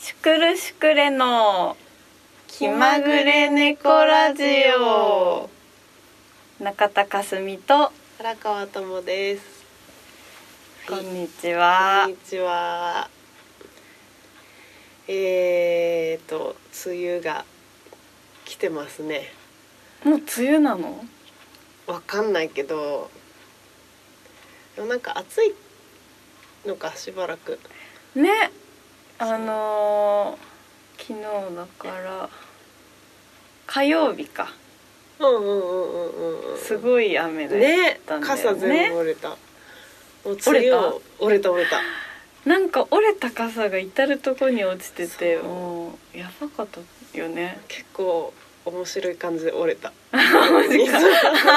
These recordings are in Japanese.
シュクルシュクレの気まぐれ猫ラジオ。中田かすみと荒川友です。 こんにちは。 こんにちは。梅雨が来てますね。 もう梅雨なの？ わかんないけど、でもなんか暑いのかしばらくね。昨日だから火曜日か。すごい雨だったんだよね。 傘全部折れた。もう梅雨折れた。 なんか折れた傘が至る所に落ちてて、もうやばかったよね。 結構面白い感じで折れた。 マジか。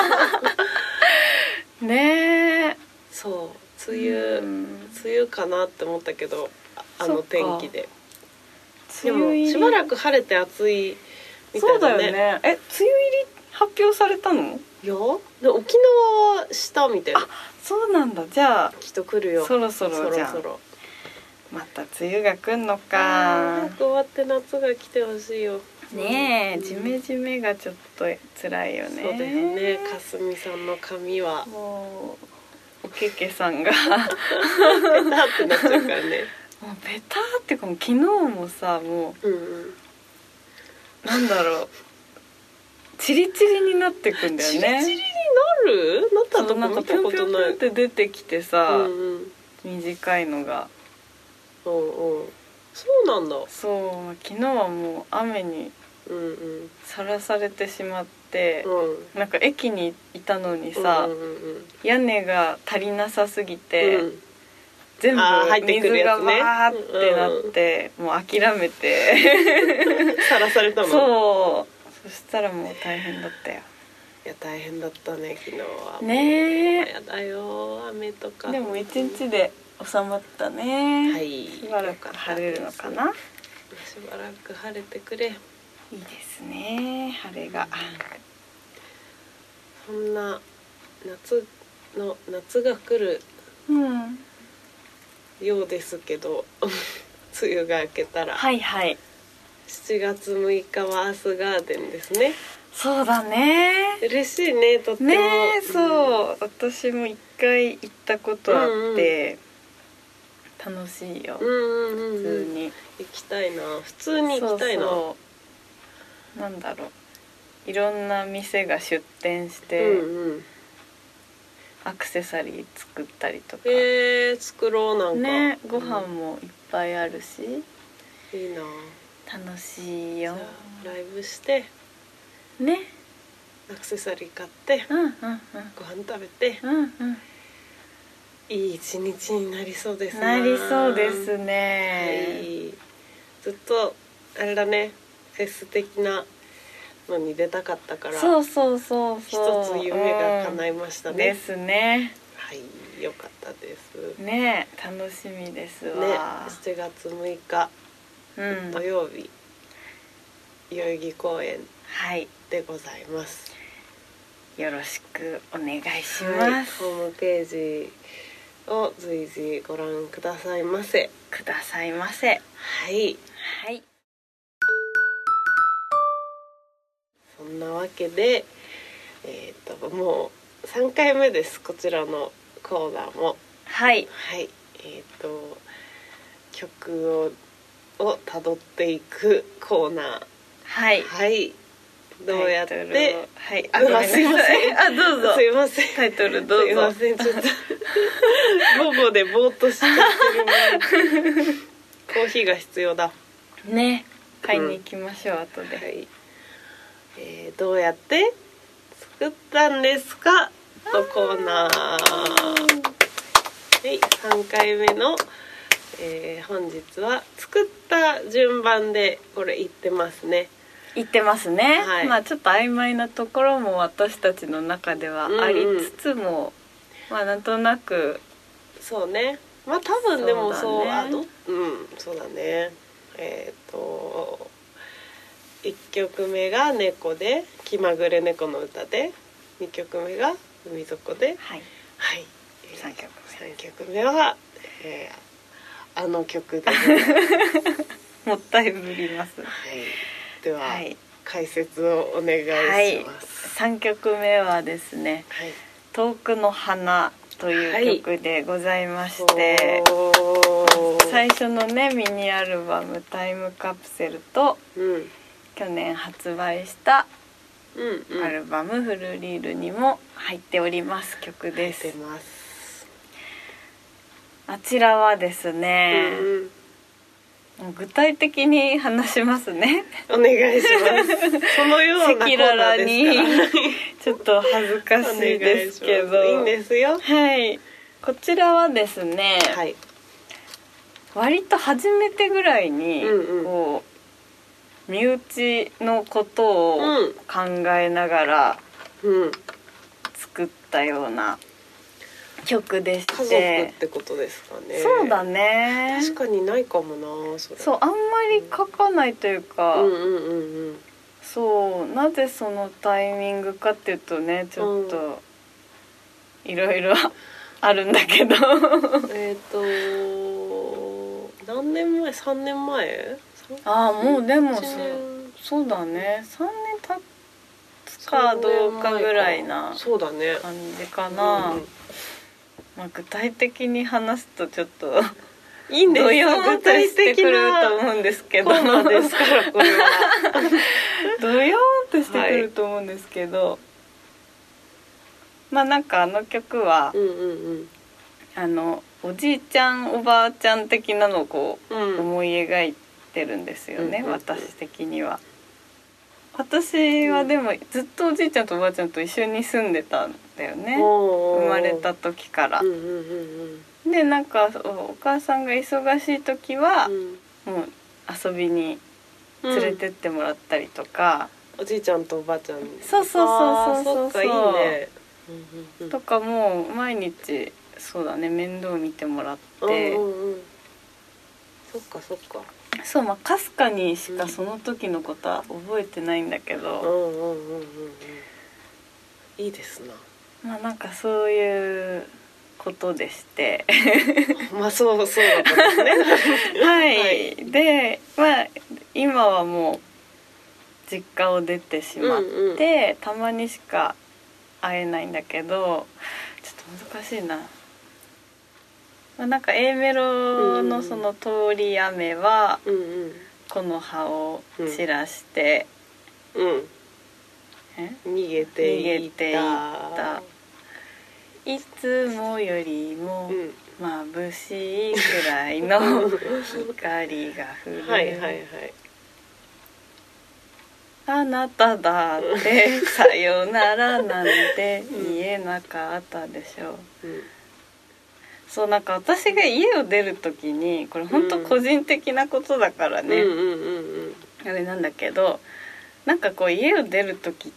ねえ。 そう、梅雨かなって思ったけど、あの天気で。でもしばらく晴れて暑いみたいだね。 そうだよね。梅雨入り発表されたの？ いや、で沖縄はしたみたいな。 あ、そうなんだ。じゃあきっと来るよ。 そろそろじゃん。また梅雨が来んのか。 早く終わって夏が来てほしいよ。 ねえ、ジメジメがちょっと辛いよね。 そうですね。かすみさんの髪はもうおけけさんがペタってなっちゃうからね。 もうペタっていうか、もう昨日もさ、もう、なんだろう、チリチリになってくんだよね。 チリチリになる？なったとこ見たことない。 ピョンピョンピョンって出てきてさ、短いのが。 そうなんだ。 そう、昨日はもう雨にさらされてしまって、なんか駅にいたのにさ、屋根が足りなさすぎて、全部水がバーってなって、もう諦めてさらされたの。 そしたらもう大変だったよ。 いや大変だったね、昨日はねえ。 やだよ、雨とか。 でも一日で収まったね。 はい、 しばらく晴れるのかな。 しばらく晴れてくれ。いいいですね、晴れが。 そんな夏が来るようですけど、梅雨が明けたら、 はいはい、 7月6日はアースガーデンですね。 そうだね。 嬉しいね、とってもね。そう、私も一回行ったことあって、楽しいよ。普通に行きたいな。普通に行きたいな。 そうなんだろう、いろんな店が出店して、アクセサリー作ったりとか。 作ろう。なんかね、ご飯もいっぱいあるし、 いいな。 楽しいよ。 じゃあライブしてね、 アクセサリー買って、ご飯食べて、いい一日になりそうですね。 なりそうですね。 はい、ずっとあれだね、フェス的なのに出たかったから、 そう一つ夢が叶いましたね。 ですね。 はい、よかったですね。楽しみですわ。 ね、7月6日、土曜日、代々木公園でございます。 よろしくお願いします。 ホームページを随時ご覧くださいませ。はい。そんなわけで、もう3回目です。こちらのコーナーも。曲をたどっていくコーナー。どうやって、すいません。どうぞ。すいません。 タイトルどうぞ。 すいません、ちょっと午後でぼーっとしちゃってる。コーヒーが必要だね。買いに行きましょう、後で。 どうやって作ったんですかのコーナー。3回目の、本日は作った順番でこれ言ってますね。まあちょっと曖昧なところも私たちの中ではありつつも、まあなんとなく、 そうね。まあ多分でもそうだね。1曲目が猫で気まぐれ猫の歌で、2曲目が海底で、3曲目は、あの曲でもったいぶります。 はい、では、はい、解説をお願いします。 はい、3曲目はですね、はい、遠くの花という曲でございまして、はい、最初のねミニアルバムタイムカプセルと、去年発売したアルバムフルリールにも入っております曲です。 入ってます。 あちらはですね、具体的に話しますね。 お願いします。そのようなコーナーですから。赤裸々にちょっと恥ずかしいですけど、 いいんですよ。 はい。こちらはですね、はい、割と初めてぐらいに、こう身内のことを考えながら作ったような曲でして、 家族ってことですかね。 そうだね。 確かにないかもな、それ。 そう、あんまり書かないというか、そう、なぜそのタイミングかっていうとね、ちょっといろいろあるんだけど何年前？3年前？ ああ、もうでもそうだね、3年経つかどうかぐらいな感じかな。まあ、具体的に話すとちょっといいんですよ。 ドヨーンとしてくると思うんですけど、 ですからこれはドヨーンとしてくると思うんですけど、はい、まあなんかあの曲は、おじいちゃんおばあちゃん的なのをこう、思い描いてるんですよね、私的には。私はでもずっとおじいちゃんとおばあちゃんと一緒に住んでたんだよね、生まれた時から。でなんかお母さんが忙しい時は、もう遊びに連れてってもらったりとか、 おじいちゃんとおばあちゃん。 そういいね。 とかもう毎日そうだね、面倒見てもらって、 そっか。 そう、まあかすかにしかその時のことは覚えてないんだけど、 いいですな。 まあなんかそういうことでしてまあそうだったんですねはい、はい、でまあ今はもう実家を出てしまって、たまにしか会えないんだけど、ちょっと難しいな。まあ、なんか A メロのその通り雨は、木の葉を散らして、 逃げていった、 いつもよりも眩しいくらいの光が降るあなただってさよならなんて言えなかったでしょう、そう、なんか私が家を出る時に、これ本当個人的なことだからね、あれなんだけど、なんかこう家を出る時って、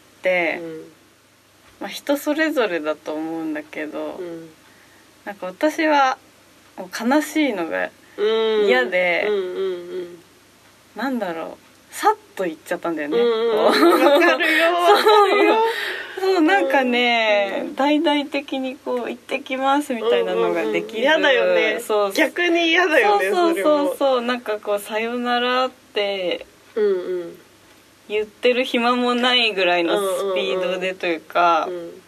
まあ、人それぞれだと思うんだけど、なんか私はもう悲しいのが嫌で、なんだろう、さっと行っちゃったんだよね。わかるよそう、なんかね、大々的にこう行ってきますみたいなのができる。 嫌だよね。そう、逆に嫌だよね。 そう、なんかこうさよならって言ってる暇もないぐらいのスピードでというか。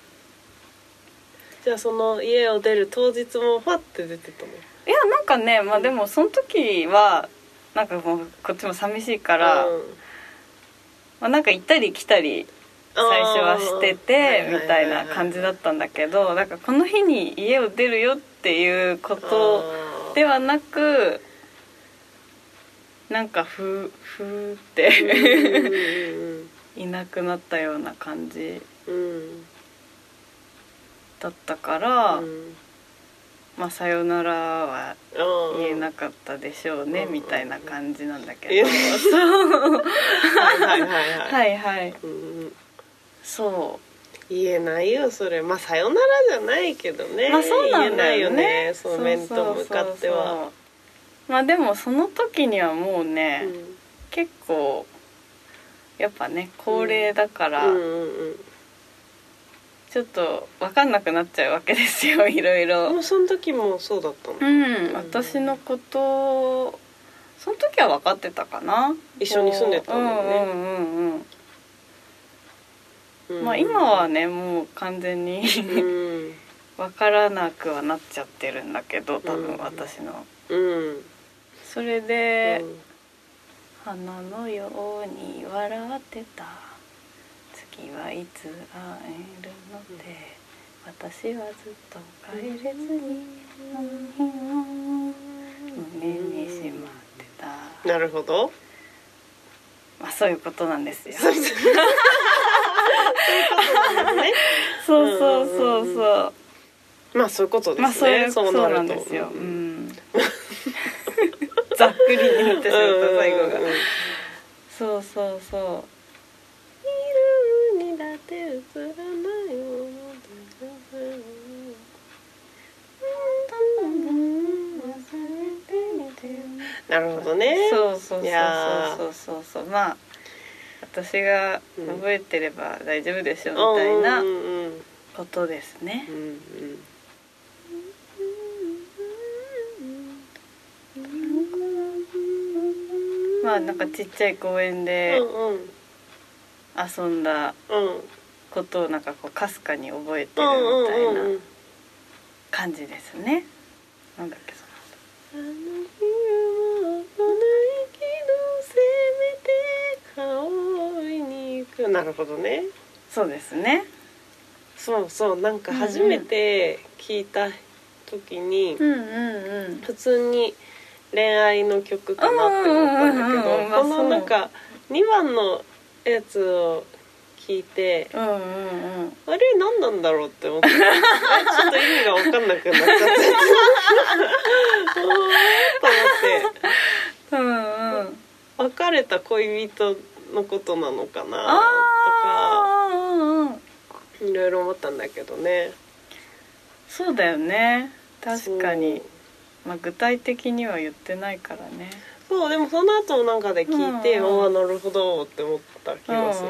じゃあその家を出る当日もファって出てたの？いや、なんかね、まあでもその時はなんかもうこっちも寂しいから、まあ、なんか行ったり来たり最初はしててみたいな感じだったんだけど、なんかこの日に家を出るよっていうことではなく、なんかふーっていなくなったような感じだったから、まあさよならは言えなかったでしょうねみたいな感じなんだけど、はい、そう言えないよそれ。まあさよならじゃないけどね、 まあそうなんだよね、 言えないよね、その面と向かっては。 まあでもその時にはもうね、結構やっぱね高齢だから、ちょっと分かんなくなっちゃうわけですよ、いろいろ。 もうその時もそうだったの？ 私のことその時は分かってたかな。 一緒に住んでたもんね。 まあ今はねもう完全に分からなくはなっちゃってるんだけど、多分私の、それで、花のように笑ってた次はいつ会えるので、私はずっと帰れずに胸にしまってた。 なるほど。 まあそういうことなんですよ。 そういうことなんですね。 そうそうそうそう。 まあそういうことですね。 まあそうなんですよ。ざっくりになってしまった最後が。そうそうそう。 昼にだって映らないよ。なるほどね。 そうそうそう。まあ私が覚えてれば大丈夫でしょうみたいなことですね。まあなんかちっちゃい公園で遊んだことをなんかこうかすかに覚えてるみたいな感じですね。なんだっけその後。あの日はないけどせめて顔に行く。なるほどね。 そうですね。 そうそう、なんか初めて聞いた時に普通に恋愛の曲かなって思ったんだけど、このなんか2番のやつを聞いて、あれ何なんだろうって思ってちょっと意味が分かんなくなっちゃってと思って別れた恋人のことなのかなとかいろいろ思ったんだけどね。 そうだよね、確かに。まあ具体的には言ってないからね。 そう、でもその後なんかで聞いて、ああなるほどって思った気がする。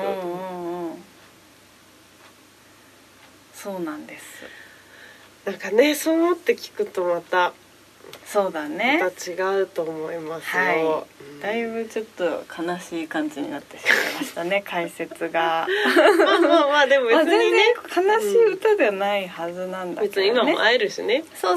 そうなんです。 なんかね、そう思って聞くとまたそうだね、 また違うと思いますよ。 はい、だいぶちょっと悲しい感じになってしまいましたね解説が。 まあでも別にね、 全然悲しい歌ではないはずなんだけどね。別に今も会えるしね。 そう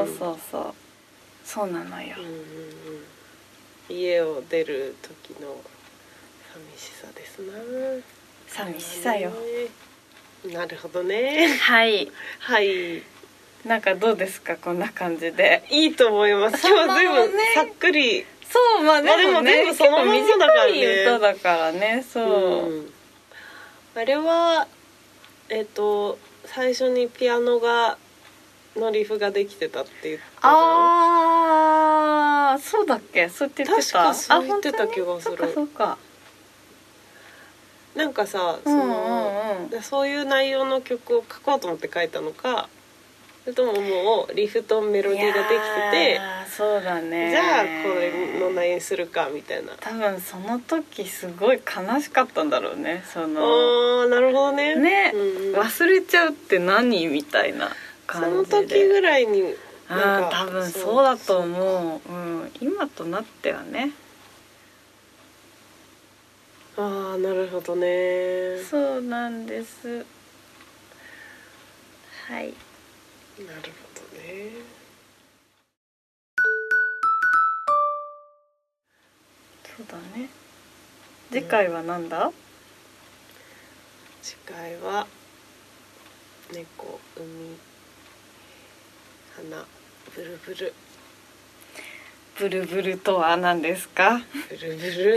そうなのよ。 家を出る時の寂しさですな。 寂しさよ。 なるほどね。 はいはい。 なんかどうですか、こんな感じで。 いいと思います。今日は随分さっくり。 そう、まあでもね、 結構短い歌だからね。そう、 あれは最初にピアノのリフができてたって言ってたの。 ああ、そうだっけ、そう言ってた。 確かそう言ってた気がする。 そうか。 なんかさ、そういう内容の曲を書こうと思って書いたのか、それとももうリフとメロディーができてて、 そうだね、 じゃあこれの内容にするかみたいな。 多分その時すごい悲しかったんだろうね。 なるほどね。 忘れちゃうって何みたいな感じで。 その時ぐらいに多分そうだと思う。今となってはね。 なるほどね。 そうなんです。はい。 なるほどね。 そうだね。次回はなんだ？ 次回は猫、海、花、ブルブル。 ブルブルとは何ですか？ ブルブル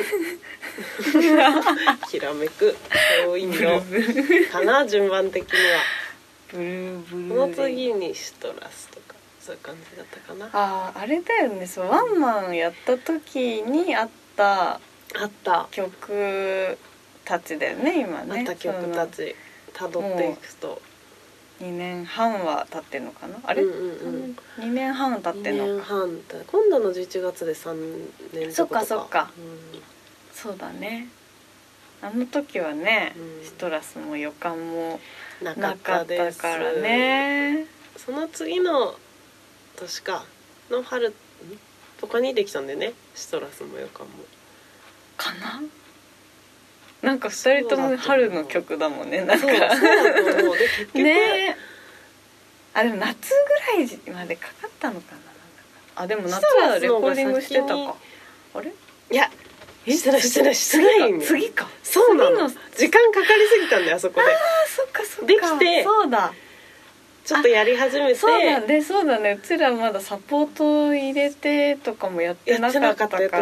きらめくそういうのかな、順番的には。 ブルブル。 その次にシトラスとかそういう感じだったかな。 あれだよね。そう、ワンマンやった時にあった曲たちだよね、今ね。 あった曲たち辿っていくと 2年半は経ってんのかな。あれ、2年半経ってんのか。 2年半。今度の11月で3年とか。 そっか、そうだね。あの時はね、シトラスも予感もなかったからね。 その次の年かの春とかにできたんだよね、シトラスも予感もかな。なんか2人とも春の曲だもんね。なんかそうだと思う。で結局ね、あでも夏ぐらいまでかかったのかな。あでも夏はレコーディングしてたか。あれ、 いやしてない次か。 そうなの、時間かかりすぎたんだよあそこで。 ああそっかそっか、 できてそうだ、 ちょっとやり始めて、 そうだね、うちらまだサポート入れてとかもやってなかったから、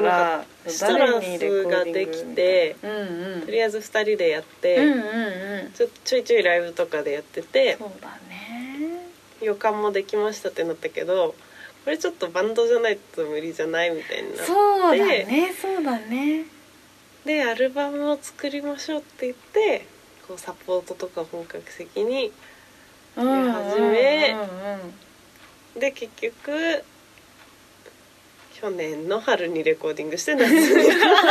シトラスができて、とりあえず2人でやって、ちょいちょいライブとかでやってて、 そうだね、 予感もできましたってなったけど、これちょっとバンドじゃないと無理じゃないみたいになって、 そうだねでアルバムを作りましょうって言って、こうサポートとか本格的にやり始め、で結局去年の春にレコーディングして夏にそう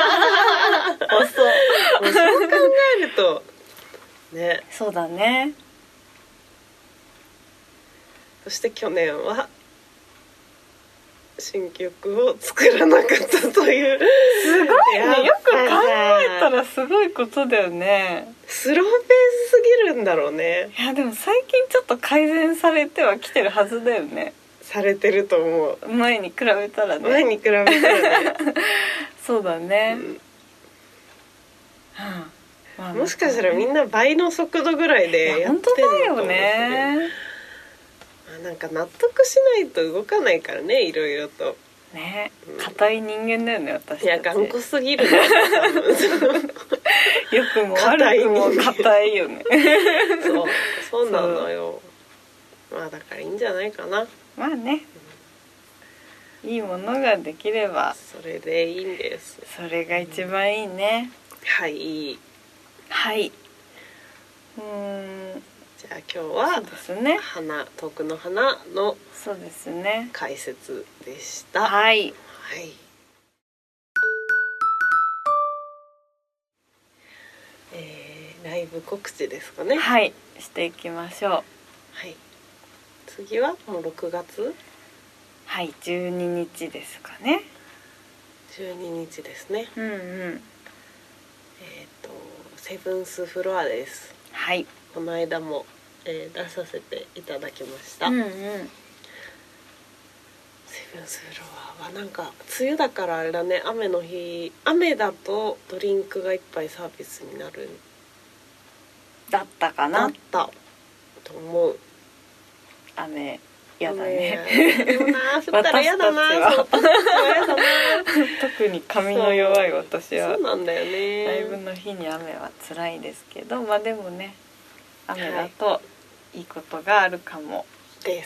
考えるとね、 そうだね。 そして去年は新曲を作らなかったという、 すごいね、よく考えたらすごいことだよね。 スローペースすぎるんだろうね。 いやでも最近ちょっと改善されてはきてるはずだよね。 されてると思う。 前に比べたらね。そうだね、 もしかしたらみんな倍の速度ぐらいでやってるのかもしれない。 本当だよね。 なんか納得しないと動かないからね、いろいろとね、硬い人間だよね、私たち。 いや頑固すぎるね良くも悪くも硬いよねそうなのよ。まあだからいいんじゃないかな。 まあね、いいものができればそれでいいんです。 それが一番いいね。 はいはい。 じゃあ今日はそうですね、 遠くの花のそうですね解説でした。 はい、 はい。ライブ告知ですかね。 はい、していきましょう。 はい。次はもう6月？ はい、12日ですかね。 12日ですね。セブンスフロアです。 はい。 この間も、出させていただきました。セブンスフロアはなんか梅雨だからあれだね、雨の日、雨だとドリンクが一杯サービスになるだったかな。 だったと思う。 雨やだね。 降ったらやだな。 特に髪の弱い私は。 そうなんだよね。 ライブの日に雨は辛いですけど、まあでもね、雨だといいことがあるかもです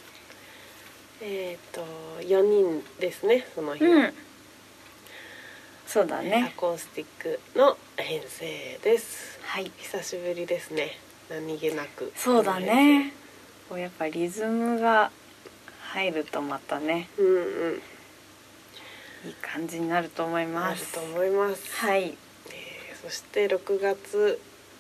。4人ですね、その日は。 そうだね。 アコースティックの編成です。 はい。 久しぶりですね。何気なく。 そうだね。こうやっぱリズムが入るとまたね、いい感じになると思います。 なると思います。 はい。 そして6月、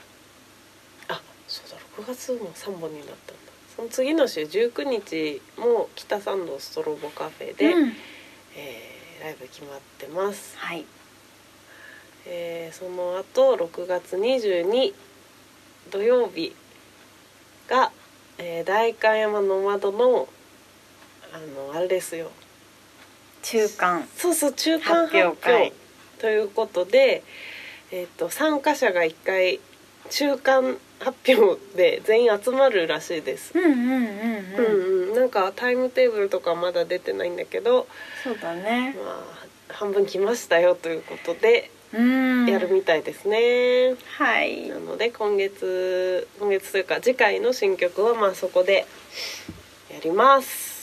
そうだ、6月も3本になったんだ。その次の週19日も北参道ストロボカフェで、ライブ決まってます。 はい。 その後6月22土曜日が、代官山の窓のあれですよ、中間発表会ということで、参加者が1回中間発表で全員集まるらしいです。なんかタイムテーブルとかまだ出てないんだけど、 そうだね、 まあ半分来ましたよということでやるみたいですね。 はい。 なので今月というか次回の新曲はまあそこでやります。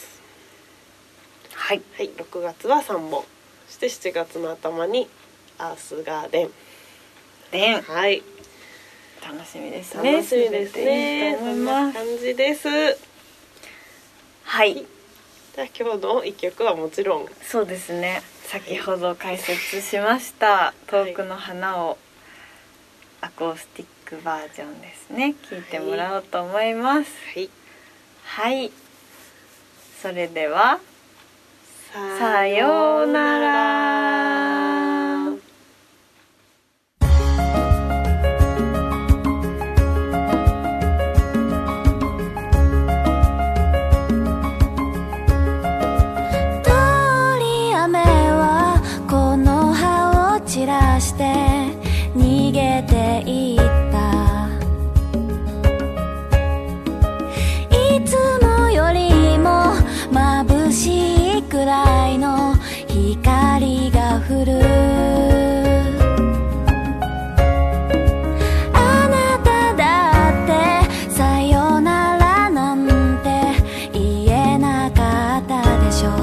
はい。 はい、6月は3本。そして7月の頭にアースガーデン。はい。 楽しみですね。 楽しみですね。そんな感じです。 はい。 じゃあ今日の一曲はもちろん。 そうですね。先ほど解説しました「遠くの花」をアコースティックバージョンですね、聴いてもらおうと思います。はい、はい、それではささようなら。 通り雨はこの葉を散らして逃げていったいつもよりも眩しいくらいの光が降るあなただってさよならなんて言えなかったでしょ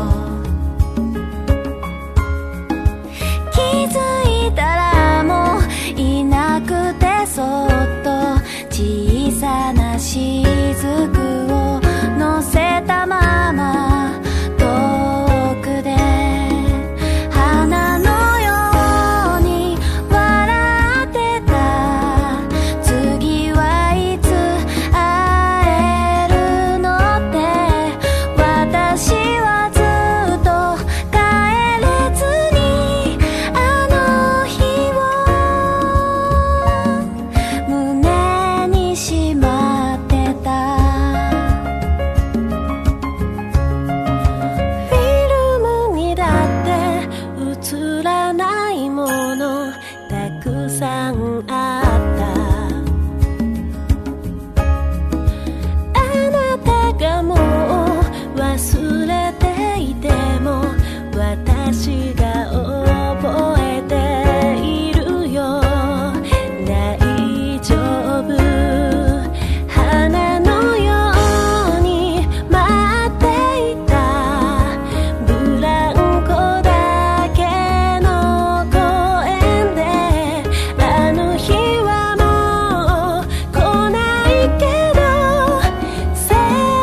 気づいたらもういなくてそっと小さな雫を乗せたまま遠くで花のように笑ってた次はいつ会えるのって私はずっと帰れずにあの日を胸にしまってたフィルムにだって映らないものたくさんあったあなたがもう忘れていても私が覚えているよ大丈夫花のように待っていたブランコだけの公園であの日はもう来ないけどせ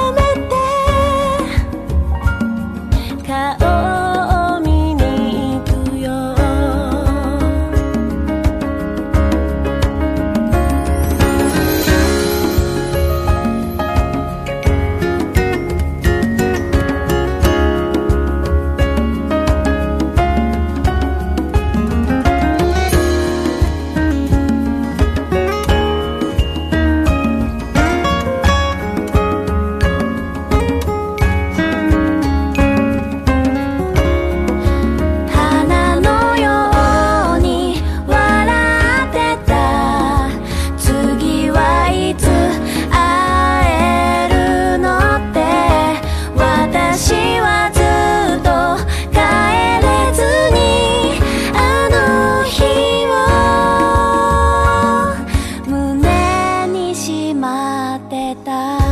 めて顔を見に行くよ花のように笑ってた次はいつ会えるのって私はずっと帰れずにあの日を胸にしまってた